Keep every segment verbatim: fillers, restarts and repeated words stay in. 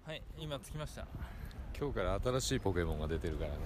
はい、今着きました。 今日から新しいポケモンが出てるからね、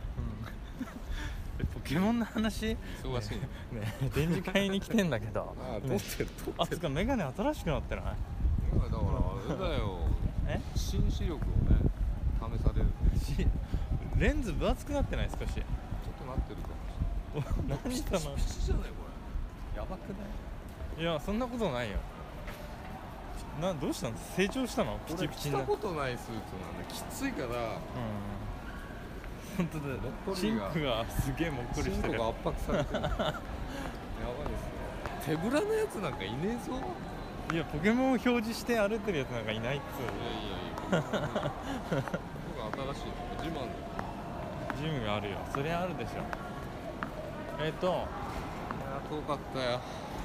うん、ポケモンの話忙しいね。 ね、展示会に来てんだけどああ、撮ってる撮ってる。 あ、つかメガネ新しくなってない？ メガネだからあれだよえ新視力をね試されるね。 しレンズ分厚くなってない？少しちょっとなってるかもしれない。 何そのピチじゃないこれ。やばくない？ いや、そんなことないよ。な、どうしたの？成長したの？ピチピチになって。 着たことないスーツなんできついから。 うん、本当だ。 もっこチンりがクがすげえもっこりしてる。 チンコが圧迫されてる。やばいですね。手ぶらのやつなんかいねえぞ。 いや、ポケモンを表示して歩いてるやつなんかいないっつう。 いやいやいや。僕が新しい自慢だよ。 ジムがあるよ。そりゃあるでしょ。えっ、ー、といや遠かったよ。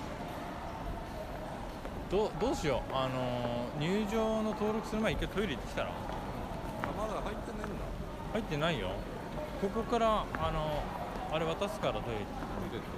ど, どうしよう、あのー、入場の登録する前に一回トイレ行ってきたら。 あ、まだ入ってねえんだ。 入ってないよ。ここからあのー、あれ渡すからトイレ。 トイレとトイレ、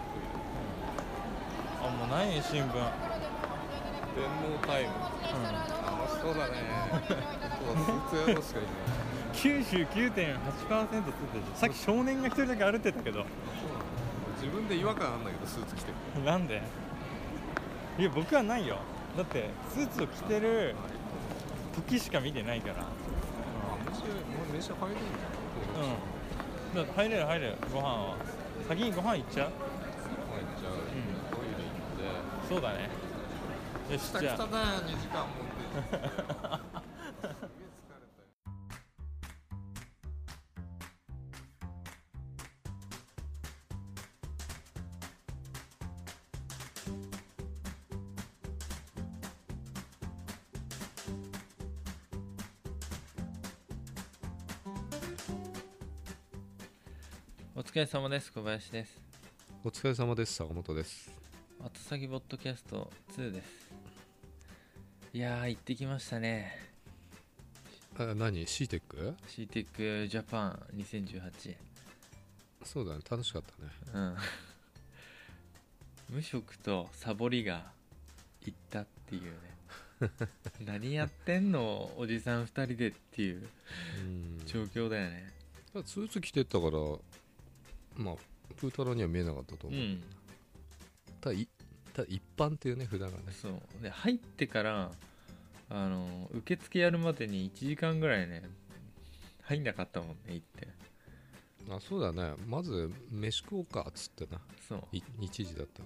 あ、もうないね、新聞。 電脳タイム、うん、楽しそうだね。そうだ、スーツ屋のしかいない。 きゅうじゅうきゅうてんはちパーセント つってる。さっき少年が一人だけ歩いてたけど。 自分で違和感あんだけどスーツ着てる。 なんで？いや、僕はないよ。だってスーツを着てる時しか見てないから。 あ、飯、もう飯入れるんじゃん。 うん。だって入れる入れる。ご飯は先にご飯行っちゃう？ 入っちゃう、うん、トイレ行って。 そうだね。よし、じゃあ来たな、にじかん持ってる。すげえ疲れたよ。 お疲れ様です。小林です。 お疲れ様です。坂本です。 後先ポッドキャストツーです。いやー、行ってきましたね。 あ、何？ シーテック？ シーテック ジャパンにせんじゅうはち。 そうだね、楽しかったね。 うん。無職とサボりが行ったっていうね。何やってんのおじさんふたりでっていう状況だよね。 スーツ着てったから、まあプータローには見えなかったと思う。うん、ただいただ一般っていうね、札がね。 そうで、入ってからあの受付やるまでにいちじかんぐらいね入んなかったもんね、行って。 あ、そうだね。まず飯食おうかっつってな。 そういいちじだったから。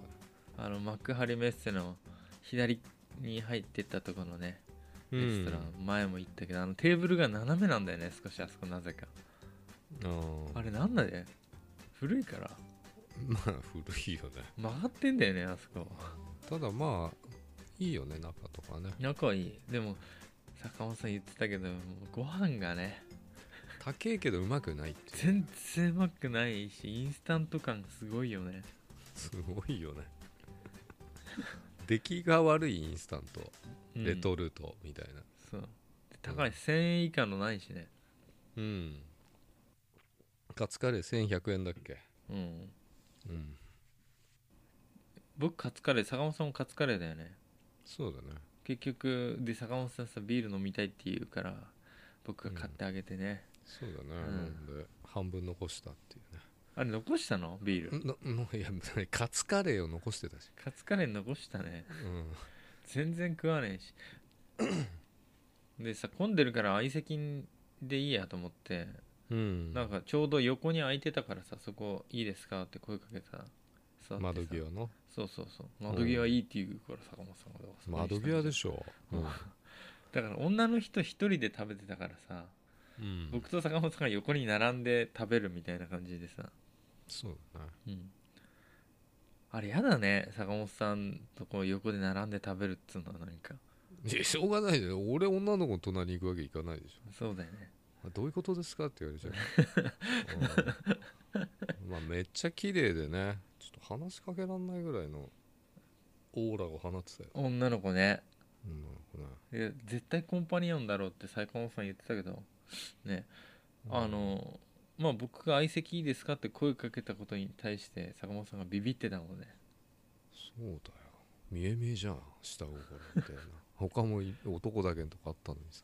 あの幕張メッセの左に入ってったところのねレストラン、うん、前も言ったけど、あのテーブルが斜めなんだよね、少し。あそこなぜか。あ, あれなんだね、古いから。 まあ古いよね。 曲がってんだよね、あそこ。 ただまあいいよね、中とかね。 中はいい。でも坂本さん言ってたけど、もうご飯がね高えけどうまくないって。 全然うまくないし、インスタント感すごいよね。 すごいよね。出来が悪いインスタント、うん、レトルトみたいな。 そうで、高い、うん、せんえん以下のないしね。 うん。カツカレーせんひゃくえんだっけ。 うんうん。 僕カツカレー、坂本さんもカツカレーだよね。 そうだね。 結局で、坂本さんさビール飲みたいって言うから僕が買ってあげてね。 うん、そうだね、うん、で半分残したっていうね。あれ残したの？ビールののいやカツカレーを残してたし。 カツカレー残したね、 うん、 全然食わねえしでさ、混んでるから相席でいいやと思って、うん、なんかちょうど横に空いてたからさ、そこいいですかって声かけた。 窓際の。 そうそうそう、窓際いいって言うから坂本さんが窓際でしょ、うん、 だから女の人一人で食べてたからさ、うん、僕と坂本さんが横に並んで食べるみたいな感じでさ。 そうだね、 うん、あれやだね、坂本さんとこう横で並んで食べるっつうのは。何かいや、しょうがないじゃん。俺女の子の隣に行くわけいかないでしょ。 そうだよね。 どういうことですかって言われちゃう、うん、まあめっちゃ綺麗でね、ちょっと話しかけらんないぐらいのオーラを放ってたよ。 女の子ね。 女の子ね。 いや絶対コンパニオンだろうって坂本さん言ってたけどね、うん、あのまあ僕が相席いいですかって声かけたことに対して坂本さんがビビってたもんね。 そうだよ、見え見えじゃん、下心みたいな他も男だけのとこあったのにさ。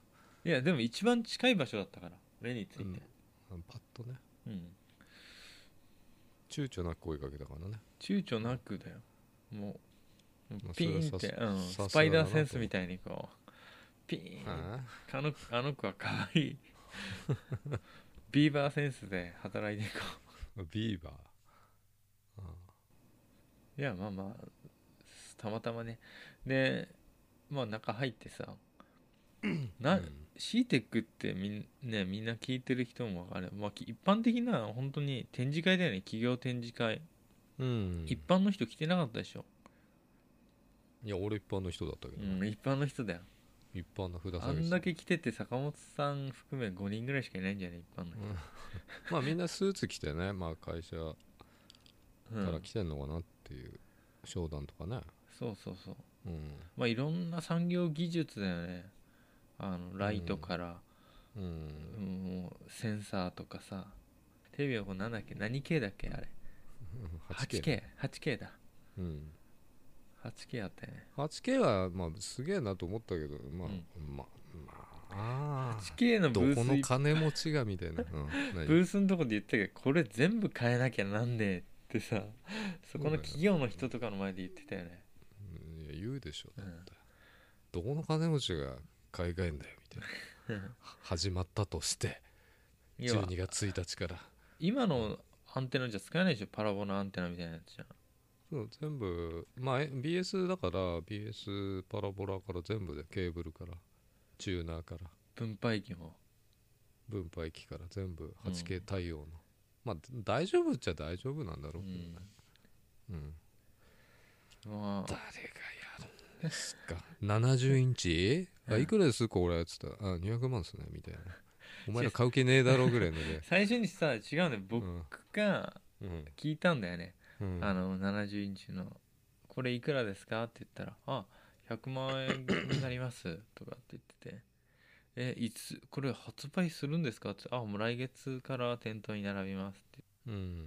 いやでも一番近い場所だったから目について、 うん、パッとね、 うん、 躊躇なく追いかけたからね。 躊躇なくだよ。もうまあピーンって、うん、 さスパイダーセンスみたいにこうピーン、 ああのあの子は可愛いビーバーセンスで働いていこあビーバー、あう。いやまあまあたまたまね。でまあ中入ってさな、 うん、 シーテックってみん,、ね、みんな聞いてる人もあれ、まあ、き一般的な本当に展示会だよね。企業展示会、 うん、 一般の人来てなかったでしょ。 いや俺一般の人だったけど、ね、 うん、一般の人だよ。 一般の札あ下げんだけ来てて坂本さん含めごにんぐらいしかいないんじゃない一般の人、 うん、まあみんなスーツ着てね、まあ会社かうんら来てんのかなっていう、商談とかね、 そうそうそう。 うんまあいろんな産業技術だよね。あのライトから、 うん、 もうセンサーとかさ、テレビはこうなんだっけ、何系だっけあれ、 はちケーはちケー、はちケー だ、 うん、 はちケー あったよね。 はちケー はまあすげえなと思ったけど、まあ、 うん、 まあまあはちケー のブどこースいの金持ちがみたいな、うん、何ブースのとこで言ったけどこれ全部変えなきゃなんねえってさ、そこの企業の人とかの前で言ってたよね。 うん、いや言うでしょ、だって、 うん、 どこの金持ちが買い替えんだよみたいな始まったとしていやじゅうにがつついたちから今のアンテナじゃ使えないでしょ、パラボナアンテナみたいなやつじゃん。 そう全部まあ ビーエス だから ビーエス パラボラから全部で、ケーブルからチューナーから分配器も、 分配器から全部 はちケー 対応の、まあ大丈夫っちゃ大丈夫なんだろうけどね、うんまあ誰がやるんですかななじゅうインチ、あいくらですこれっつったら、あにひゃくまんっすねみたいな、お前ら買う気ねえだろぐらいので最初にさ違うんだよ、僕がうん聞いたんだよね、 うんあのななじゅうインチのこれいくらですかって言ったら、あひゃくまん円になりますとかって言ってて、えいつこれ発売するんですかって、あもう来月から店頭に並びますってうん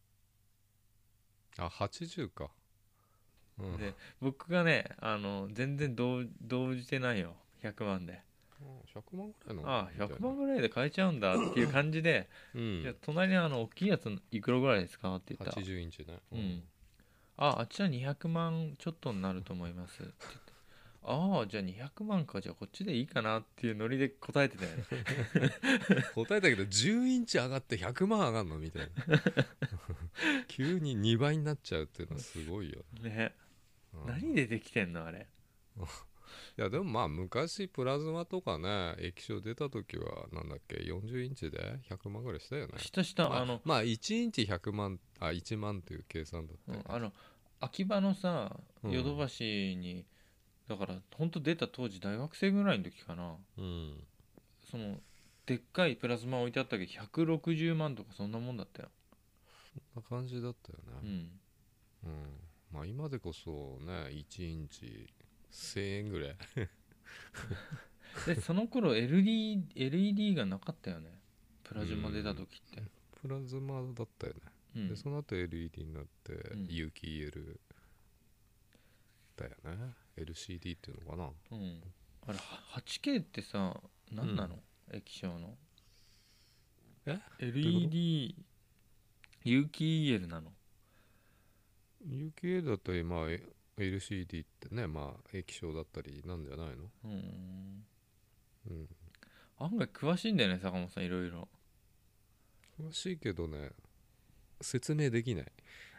あはちじゅうか、うんで僕がねあの全然動動じてないよひゃくまんで、 ひゃくまんぐらいのあひゃくまんみぐらいで買えちゃうんだっていう感じで、 たいな、うん、 いや隣にあの大きいやついくらぐらいですかって言ったら、 はちじゅうインチね、 うんああっちはにひゃくまんちょっとになると思いますって言って、ああじゃあにひゃくまんか、じゃあこっちでいいかなっていうノリで答えてたよね答えたけどじゅうインチ上がってひゃくまん上がんのみたいな急ににばいになっちゃうっていうのはすごいよ、 ね、 うん、 何でできてんのあれ。 いやでもまあ昔プラズマとかね液晶出た時はなんだっけよんじゅうインチでひゃくまんぐらいしたよね。 下下、 まあ、 あの、 まあいちインチひゃくまん、あいちまんっていう計算だったよね、 うんあの秋葉のさうんヨドバシに、だから本当出た当時大学生ぐらいの時かな、 うんそのでっかいプラズマ置いてあったけどひゃくろくじゅうまんとかそんなもんだったよ。 そんな感じだったよね、 うんうんまあ今でこそねいちインチせんえんぐらいでその頃 エルイーディー, エルイーディー がなかったよね、プラズマ出た時って。 プラズマだったよね、 うんでその後 エルイーディー になって、 ん有機 イーエル だよね、 エルシーディー っていうのかな、 うんあれ はちケー ってさ何なの、液晶のえエルイーディー 有機 イーエル なの。 有機 イーエル だったりまあ エルシーディー ってねまあ液晶だったりなんじゃないの、 うんうん案外詳しいんだよね坂本さん、いろいろ。 詳しいけどね説明できない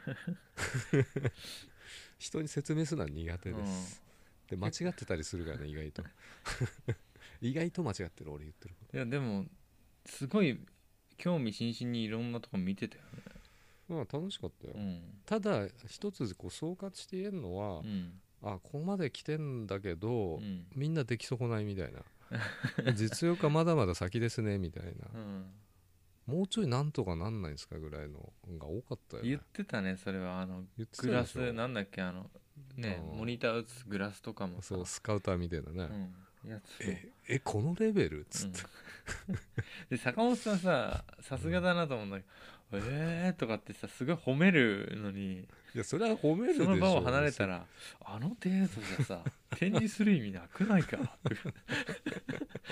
人に説明するのは苦手です、で間違ってたりするからね意外と意外と間違ってる俺言ってるこいやでもすごい興味津々にいろんなとこ見てたよね。 とまあ楽しかったよ、 うんただ一つこう総括して言えるのは、 うんあここまで来てんだけど、 うんみんな出来損ないみたいな実用化まだまだ先ですねみたいな、 うんもうちょいなんとかなんないんですかぐらいのが多かったよね。 言ってたねそれは。あの言ってたグラでしょスなんだっけ、あのねうんモニター映すグラスとかもさ、 そうスカウターみたいなね、 うん、やつええこのレベルっつって、 うんで坂本さんささすがだなと思うんだけど、えーとかってさすごい褒めるのに、 いやそれは褒めるでしょ。 その場を離れたらあの程度じゃさ展示する意味なくないか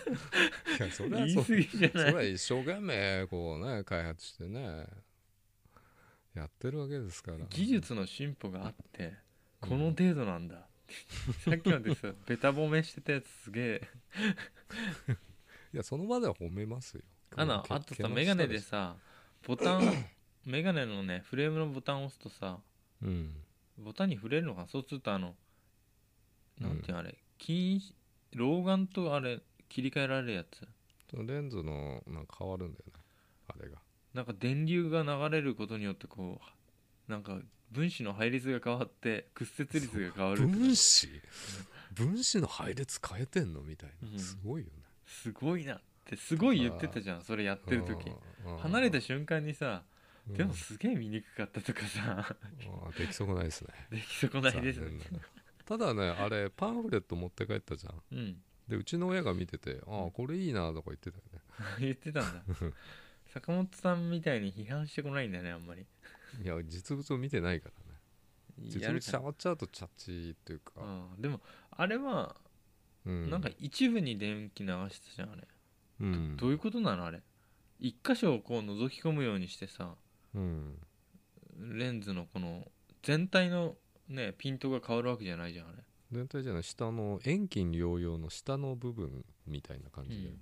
やそれは言いそ過ぎじゃそない？ れは一生懸命こうね開発してねやってるわけですから。 技術の進歩があってうんこの程度なんだ、さっきまでさベタ褒めしてたやつすげえ。 いやその場では褒めますよ。 あのけあとけなしたさメガネでさボタンメガネのねフレームのボタンを押すとさうんボタンに触れるのかな。そうするとあのうんなんていうのあれ近視老眼とあれ切り替えられるやつ、 そのレンズのなんか変わるんだよねあれが。 なんか電流が流れることによってこうなんか分子の配列が変わって屈折率が変わるって分子分子の配列変えてんのみたいな、 うんすごいよね。 すごいなってすごい言ってたじゃんそれやってる時。離れた瞬間にさでもすげえ見にくかったとかさうんでき損ないですね。 でき損ないですね。 残念ながらただねあれパンフレット持って帰ったじゃん。 うんでうちの親が見ててああこれいいなとか言ってたよね。 言ってたんだ。坂本さんみたいに批判してこないんだよねあんまり。 いや実物を見てないからね。実物やるか触っちゃうとチャッチっていうか、 うんでもあれはうん、 なんか一部に電気流してたじゃんあれ、 うんどういうことなのあれ。一箇所をこう覗き込むようにしてさうんレンズのこの全体のねピントが変わるわけじゃないじゃんあれ。 全体じゃない下の遠近両用の下の部分みたいな感じだよね。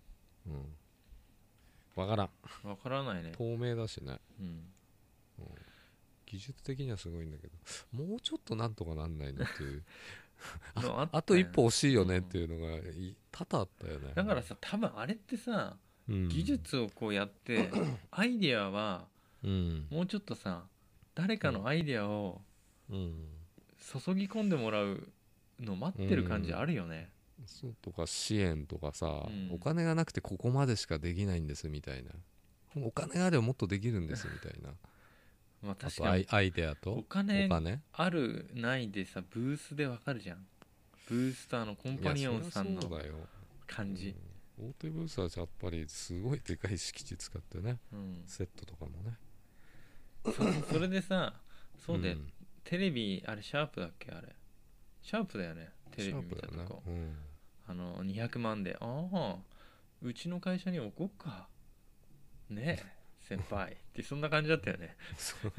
うん、わからん。 わからないね。 透明だしね、 うんうん、技術的にはすごいんだけどもうちょっとなんとかなんないのっていうのあったよねあと一歩惜しいよねっていうのがい多々あったよね。 だからさ多分あれってさ、 うん、 技術をこうやってアイディアはうんもうちょっとさ誰かのアイディアをうん注ぎ込んでもらうの待ってる感じあるよね。 そうとか支援とかさ、 うんお金がなくてここまでしかできないんですみたいな、お金があればもっとできるんですみたいなまああ確かにとアイアイデアとお金お金あるないでさブースでわかるじゃん。ブースターのコンパニオンさんのいやそりゃそうだよ、 感じ、 うん、大手ブースはやっぱりすごいでかい敷地使ってね、 うんセットとかもね。 そそれでさそうで、 んテレビあれシャープだっけあれシャープだよねテレビ見たとシャープだこ、 よね、 あのにひゃくまんでああうちの会社に置こうかねえ先輩ってそんな感じだったよね。 そう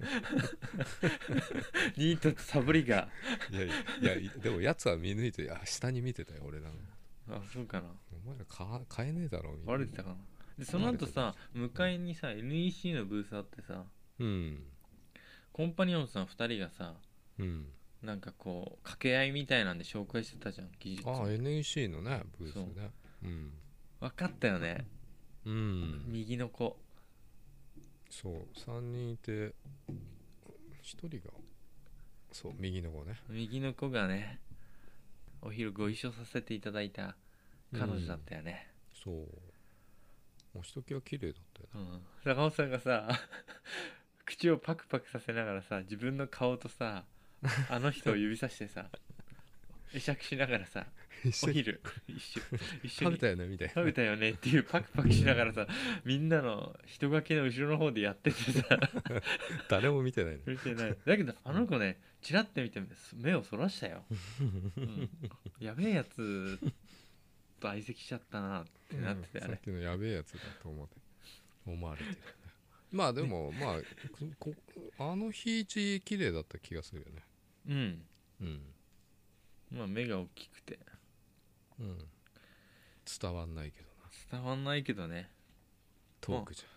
ニートとサブリがいやいやでもやつは見抜いてあ下に見てたよ俺らの。 あそうかなお前ら買買えねえだろみたいな。 バレてたかな。でその後さ向かいにさ エヌイーシー のブースあってさうんコンパニオンさんふたりがさうんなんかこう掛け合いみたいなんで紹介してたじゃん技術。 ああ エヌイーシー のねブースね。うん分かったよね、 うん右の子。 そうさんにんいてひとりがそう右の子ね。 右の子がねお昼ご一緒させていただいた彼女だったよね、 そうもうひときわ綺麗だったよね。 うん坂本さんがさ口をパクパクさせながらさ自分の顔とさあの人を指さしてさ会釈しながらさお昼一緒一緒食べにたよねみたいな。 食べたよねっていうパクパクしながらさみんなの人垣の後ろの方でやっててさ誰も見てないね。 見てないだけどあの子ねチラッて見て目をそらしたよ、うん、やべえやつと相席しちゃったなってなってて、あれうんさっきのやべえやつだと思って思われてるよね。まあでもまあこあの日一綺麗だった気がするよね。 うんうんまあ目が大きくてうん伝わんないけどな伝わんないけどね。 トークじ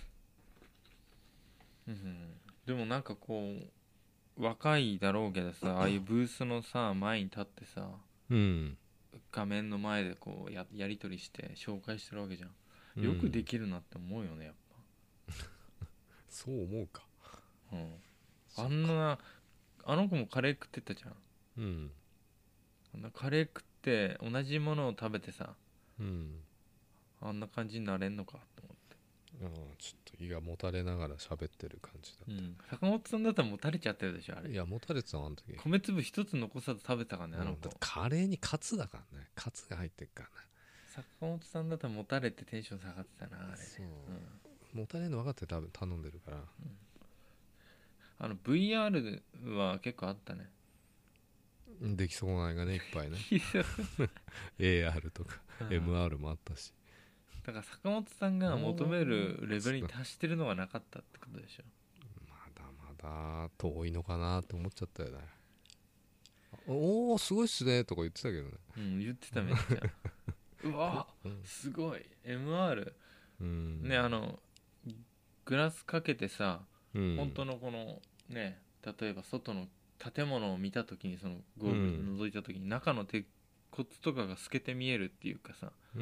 うん、でもなんかこう若いだろうけどさああいうブースのさ前に立ってさゃん。うん画面の前でこう や, やり取りして紹介してるわけじゃん。 うんよくできるなって思うよねやっそう思うか。 ぱ、うん、あんなあの子もカレー食ってたじゃん。 うんあんなカレー食って同じものを食べてさうんあんな感じになれんのかと思って、 ああちょっと胃がもたれながら喋ってる感じだ。 うん、坂本さんだったらもう垂れちゃってるでしょあれ。 いやもたれてたのあの時。 米粒一つ残さず食べたからねあの子、 うんだってカレーにカツだからね。カツが入ってるからね。 坂本さんだったらもたれてテンション下がってたなあれね。 そううんもたれるの分かって多分頼んでるからあの ブイアール は結構あったね。 出来損ないがねいっぱいねエーアール とか エムアール もあったし、 だから坂本さんが求めるレベルに達してるのがなかったってことでしょ。 まだまだ遠いのかなって思っちゃったよね。おおすごいっすねとか言ってたけどね。 うん言ってためっちゃうわ、うん、すごい エムアール、うん、ねあのグラスかけてさ、うん、本当のこのね例えば外の建物を見た時にそのゴーグルで覗いた時に中の鉄骨とかが透けて見えるっていうかさ、うん、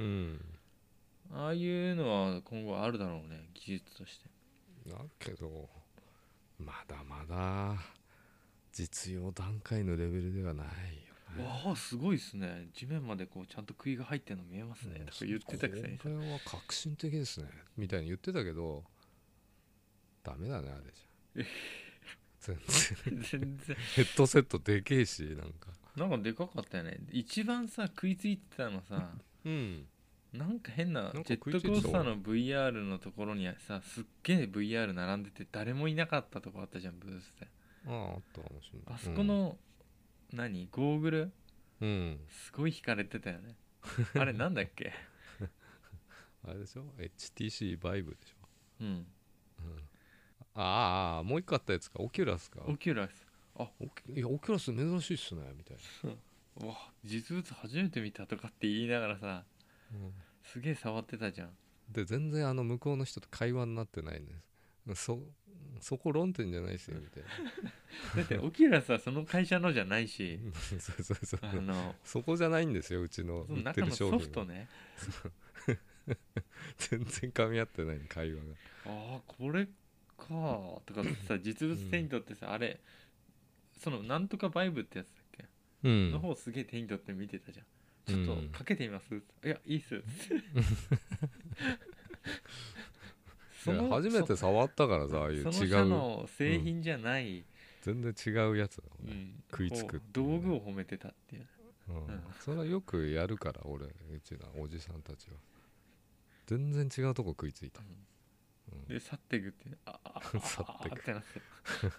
ああいうのは今後あるだろうね技術として。 だけどまだまだ実用段階のレベルではないよね。 わあすごいっすね、地面までこうちゃんと杭が入ってるの見えますね、うん、とか言ってたくせにこれは革新的ですねみたいに言ってたけどダメだねあれじゃ全然全然ヘッドセットでけえしなんかなんかでかかったよね。一番さ食いついてたのさ、うん、なんか変なジェットコースターの ブイアール のところにさすっげえ ブイアール 並んでて誰もいなかったとこあったじゃんブースで。 あああったかもしれない。 あそこの、うん、何ゴーグル、うん、すごい惹かれてたよねあれなんだっけあれでしょ エイチティーシー バイブでしょ。うん、うん、ああもう一個あったやつかオキュラスか。 オキュラス、あいやオキュラス珍しいっすねみたいなわ実物初めて見たとかって言いながらさ、うん、すげえ触ってたじゃん。 で全然あの向こうの人と会話になってないんです。そそこ論点じゃないですよみたいなだってオキュラスはその会社のじゃないしそうそうそうあのそこじゃないんですようちの売ってる商品。 中のソフトね全然噛み合ってない会話が。 ああこれかとかさ実物手に取ってさ、うん、あれそのなんとかバイブってやつだっけ、うん、の方すげえ手に取って見てたじゃん。ちょっとかけてみます、うん、いやいいっすその初めて触ったからさああいう違うその社の製品じゃない、 うん、全然違うやつだもんね、うん、食いつく、ね、 道具を褒めてたっていう、 うんうん、それはよくやるから俺うちのおじさんたちは全然違うとこ食いついた、 うんうん、で去っていくってああ去っていくってなって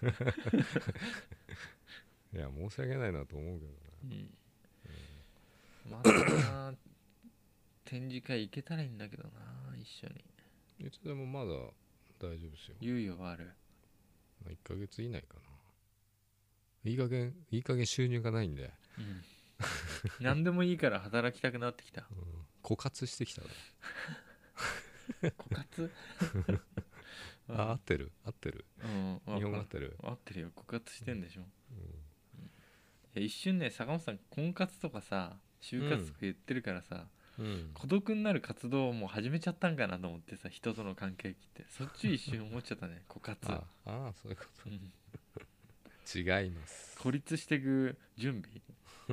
いや申し訳ないなと思うけどね、 うんうん、また展示会行けたらいいんだけどな一緒に。 いつでもまだ大丈夫ですよ。 猶予はある。 まあ、いっかげつ以内かな。いい加減いい加減収入がないんで、うん、 何でもいいから働きたくなってきた、 うん、枯渇してきた枯渇あ合ってる合ってる、うん、日本語合ってる合ってるよ枯渇してんでしょ、うんうん、いや一瞬ね坂本さん婚活とかさ就活とか言ってるからさ、うん、孤独になる活動をもう始めちゃったんかなと思ってさ人との関係切ってそっち一瞬思っちゃったね枯渇ああそういうこと、うん、違います孤立していく準備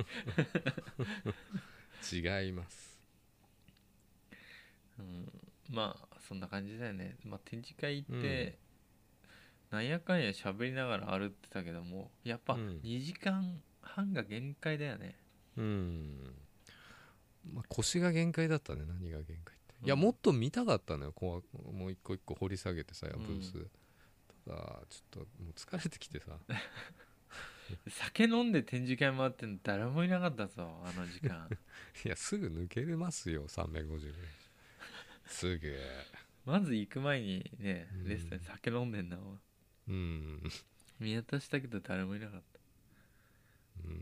違います、 うん、まあそんな感じだよね、まあ、展示会行って、うん、なんやかんや喋りながら歩ってたけどもやっぱにじかんはんが限界だよね。 うん、うんまあ、腰が限界だったね。何が限界って、うん、いやもっと見たかったのよ。こうもう一個一個掘り下げてさブース、うん、ただちょっともう疲れてきてさ酒飲んで展示会回ってんの誰もいなかったぞあの時間いやすぐ抜けれますよさんびゃくごじゅうぐらいすぐまず行く前にねレストランで酒飲んでんのうん見渡したけど誰もいなかった。 うん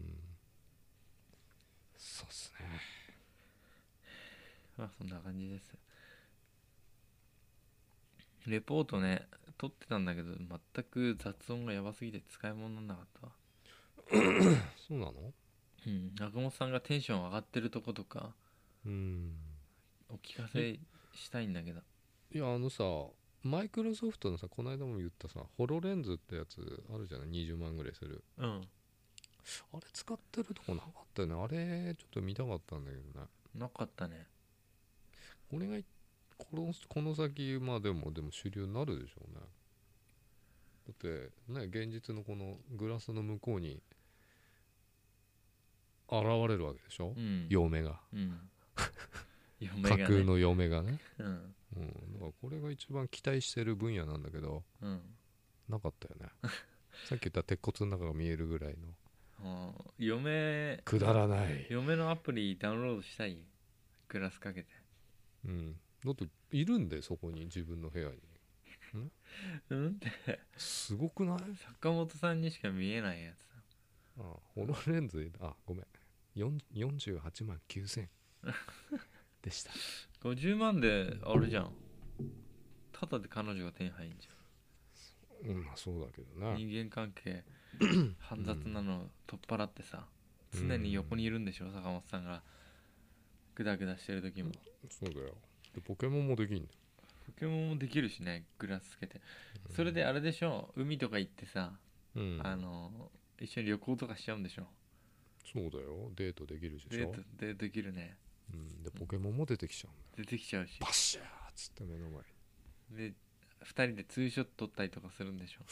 そうっすね。 まあそんな感じです。レポートね撮ってたんだけど全く雑音がやばすぎて使い物にならなかったわそうなの？ うん中本さんがテンション上がってるとことかうんお聞かせしたいんだけど。 いやあのさマイクロソフトのさこの間も言ったさホロレンズってやつあるじゃない。にじゅうまんぐらいする。うんあれ使ってるとこなかったよね。あれちょっと見たかったんだけどね。 なかったね。 これがこの、この先まあでもでも主流になるでしょうね。だってね現実のこのグラスの向こうに現れるわけでしょ、うん、嫁が、うん、嫁がね、架空の嫁がね、うんうん、だからこれが一番期待してる分野なんだけど、うん、なかったよねさっき言った鉄骨の中が見えるぐらいのうん、嫁くだらない。 嫁のアプリダウンロードしたい、グラスかけて。 うん、だっているんでそこに自分の部屋に。んうんってすごくない？ 坂本さんにしか見えないやつだ。 ああ、ホロレンズ、あ、ごめん、よんじゅうはちまんきゅうせんでした。 ごじゅうまんであれじゃん、ただで彼女が手に入んじゃん。うん、まあそうだけどな。 人間関係煩雑なのを取っ払ってさ、うん、常に横にいるんでしょ、坂本さんがグダグダしてる時も。 そうだよ。でポケモンもできんだよ。 ポケモンもできるしね、グラスつけて。それであれでしょ、海とか行ってさ、うん、あの一緒に旅行とかしちゃうんでしょ。 そうだよ、デートできるでしょ。 デートでできるね。 うん、でポケモンも出てきちゃうんだよ。 出てきちゃうし、 バッシャーっつって目の前でふたりでツーショット撮ったりとかするんでしょ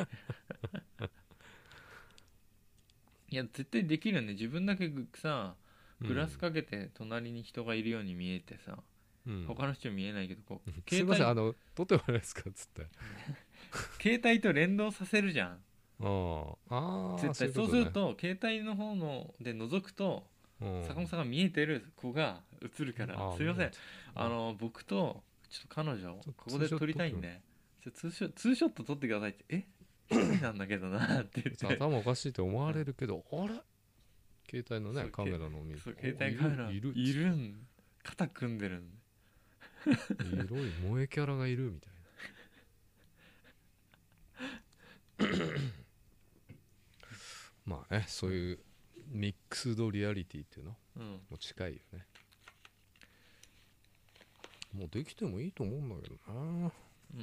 いや絶対できるよね。自分だけさグラスかけて隣に人がいるように見えてさ、うん、他の人見えないけどこうすいません、あの撮ってもらえますかっつって携帯と連動させるじゃん。 ああ、 絶対そうすると携帯の方ので覗くと坂本さんが見えてる子が映るから、すいません、あの僕とちょっと彼女ここで撮りたいんでツーショツーショット撮ってくださいって。え一人なんだけどなって言って頭おかしいって思われるけど、あれ携帯のねカメラの見ると携帯カメラいるいるん肩組んでるんで色い萌えキャラがいるみたいなまあね、そういうミックスドリアリティっていうの、うん、もう近いよね。もうできてもいいと思うんだけどな。うん、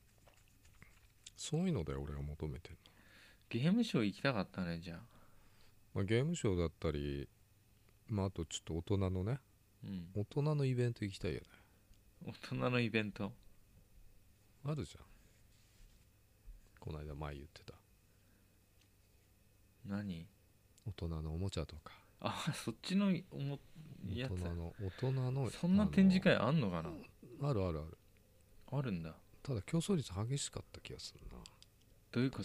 そういうのだよ俺が求めてるの。 ゲームショー行きたかったね。じゃあ、 まあ、ゲームショーだったり、まあ、あとちょっと大人のね、うん、大人のイベント行きたいよね。 大人のイベントあるじゃん、この間前言ってた。 何？ 大人のおもちゃとか。 あ、そっちのおもやつ。 大人の大人のそんな展示会あんのかな。 あるあるあるあるんだ。 ただ競争率激しかった気がするな。 どういうこと？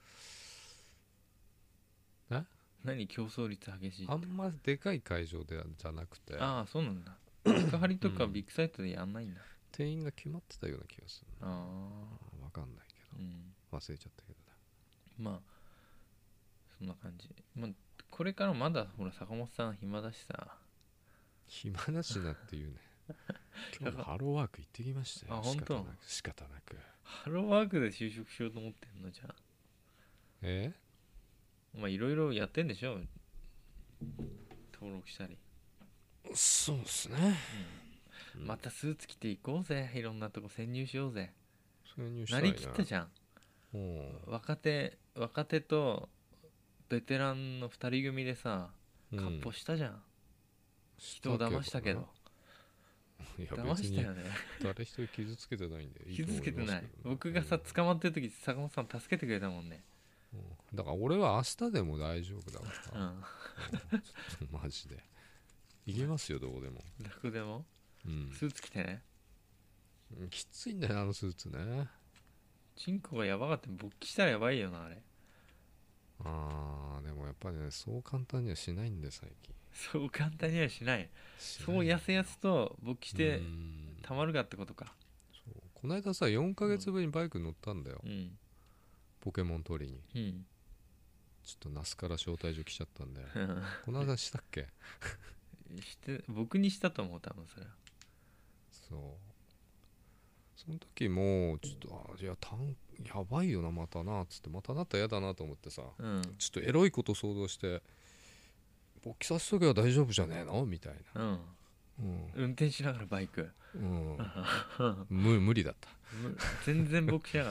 え？ 何競争率激しいって？ あんまでかい会場でじゃなくて。 ああ、そうなんだ。幕張とかビッグサイトでやんないんだ、うん、 定員が決まってたような気がする。ああ、分かんないけど、うん、忘れちゃったけどね。まあそんな感じ。まあこれからまだほら坂本さん暇だしさ。 暇だしなっていうね今日もハローワーク行ってきましたよ。 あ、本当？ 仕方なくハローワークで就職しようと思ってんの？じゃあえー、まあいろいろやってんでしょ、登録したり。 そうっすね、 うん、またスーツ着ていこうぜ。いろんなとこ潜入しようぜ。 潜入したいな。 なりきったじゃん。若手若手とベテランのふたり組でさ、かっ歩したじゃん、うん、人を騙したけど。 いや騙したよね。 誰一人傷つけてないんでいい。 傷つけてない。僕がさ捕まってる時坂本さん助けてくれたもんね、 うん、だから俺は明日でも大丈夫だから、うん、ちょっとマジで行けますよ、どこでも。 どこでも、うん、スーツ着てね。 きついんだよなあのスーツね。 チンコがやばかった。勃起したらやばいよなあれ。 あーでもやっぱりね、そう簡単にはしないんで最近。 そう簡単にはしない。そう痩せやすと勃起してたまるかってことか。 そうこの間さよんかげつぶりにバイク乗ったんだよ、うん、ポケモン取りに、うん、ちょっと那須から招待状来ちゃったんでこの間したっけして僕にしたと思う多分それは。 そうその時もちょっとあいやたんやばいよなまたなっつって、またなったら嫌だなと思ってさ、うん、ちょっとエロいこと想像して勃起させとけば大丈夫じゃねえのみたいな、うんうん、運転しながらバイク、うん、 無, 無理だった全然勃起しなか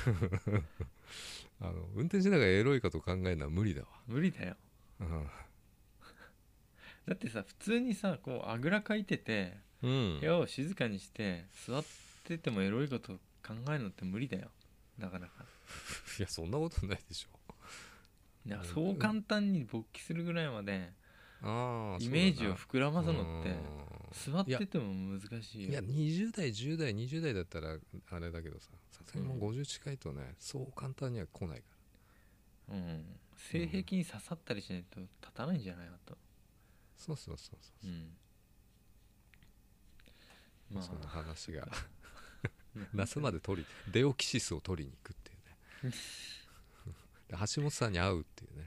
ったあの運転しながらエロいこと考えるのは無理だわ。 無理だよ、うん、だってさ普通にさこうあぐらかいてて、うん、部屋を静かにして座っててもエロいこと考えるのって無理だよなかなか。 いやそんなことないでしょ。 いやそう簡単に勃起するぐらいまであイメージを膨らますのって座ってても難しいよ。 いやにじゅう代じゅう代にじゅう代だったらあれだけどさ、さすがにもうごじゅう近いとね、うん、そう簡単には来ないかうん、性癖に刺さったりしないと立たないんじゃないかと。 そうそうそうそう、うん、まあそんな話が夏まで取りデオキシスを取りに行くっていうねで橋本さんに会うっていうね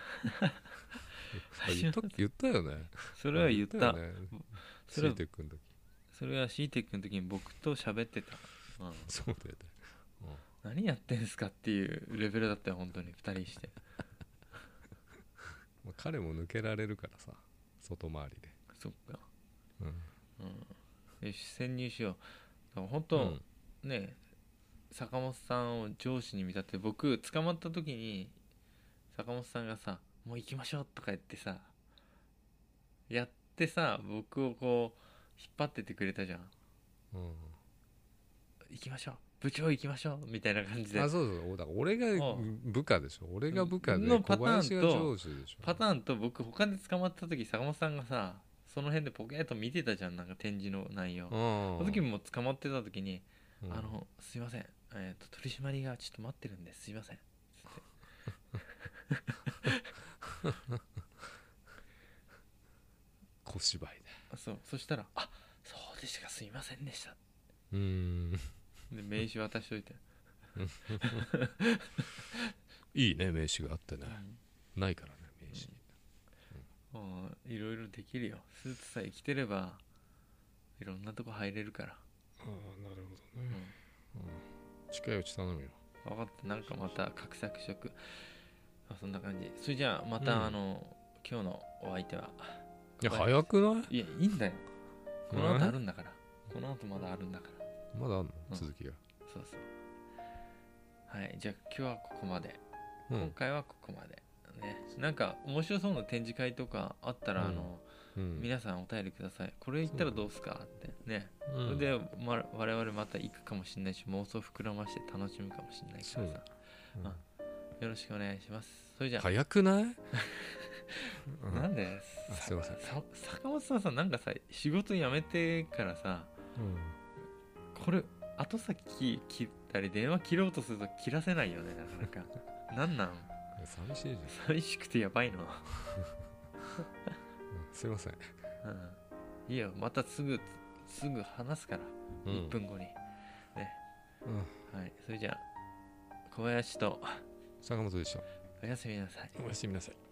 言った、言ったよね。 それは言った。 シーテックの時。 それはシーテックの時に僕と喋ってた。 うん、そうだよね、 うん。何やってんすかっていうレベルだったよ本当にふたりして。 まあ彼も抜けられるからさ、外回りで。 そっか。 うん。 うん、よし潜入しよう。だから本当、うん、ね坂本さんを上司に見立てて僕捕まった時に坂本さんがさもう行きましょうとか言ってさやってさ僕をこう引っ張っててくれたじゃん、うん、行きましょう部長行きましょうみたいな感じで。 あそうそうだから俺が部下でしょ。俺が部下で小林が上司でしょ。 パターンと僕他で捕まった時坂本さんがさその辺でポケッと見てたじゃんなんか展示の内容。その時も捕まってた時に、うん、あのすいません、えー、と取り締まりがちょっと待ってるんですいません小芝居でそうそしたらあそうですかすいませんでしたうーんで名刺渡しといていいね名刺があってね、うん、ないからね名刺、 うんうん、いろいろできるよスーツさえ着てればいろんなとこ入れるから。 ああなるほどね、うんうん、近いうち頼むよ。 分かった。なんかまた画策色あそんな感じ。それじゃあまた、うん、あの今日のお相手はいや早くない？ いやいいんだよこの後あるんだから、この後まだあるんだからまだあるの、うん、続きが。 そうそうはいじゃあ今日はここまで、うん、今回はここまでね。なんか面白そうな展示会とかあったら、うん、あのうん、皆さんお便りください。これ言ったらどうすかってね、うん、それで、ま、我々また行くかもしれないし妄想膨らまして楽しむかもしれないからさ、うん、よろしくお願いします。それじゃあ早くないなんで、 うん、すいません坂本さんさなんかさ仕事辞めてからさ、うん、これ後先切ったり電話切ろうとすると切らせないよねなかなかなんなん寂しいじゃん。 寂しくてやばいのすいません、 うん、いいよまたすぐすぐ話すから、うん、いっぷんごにね、うん、はいそれじゃあ小林と坂本でした。 おやすみなさい。 おやすみなさい。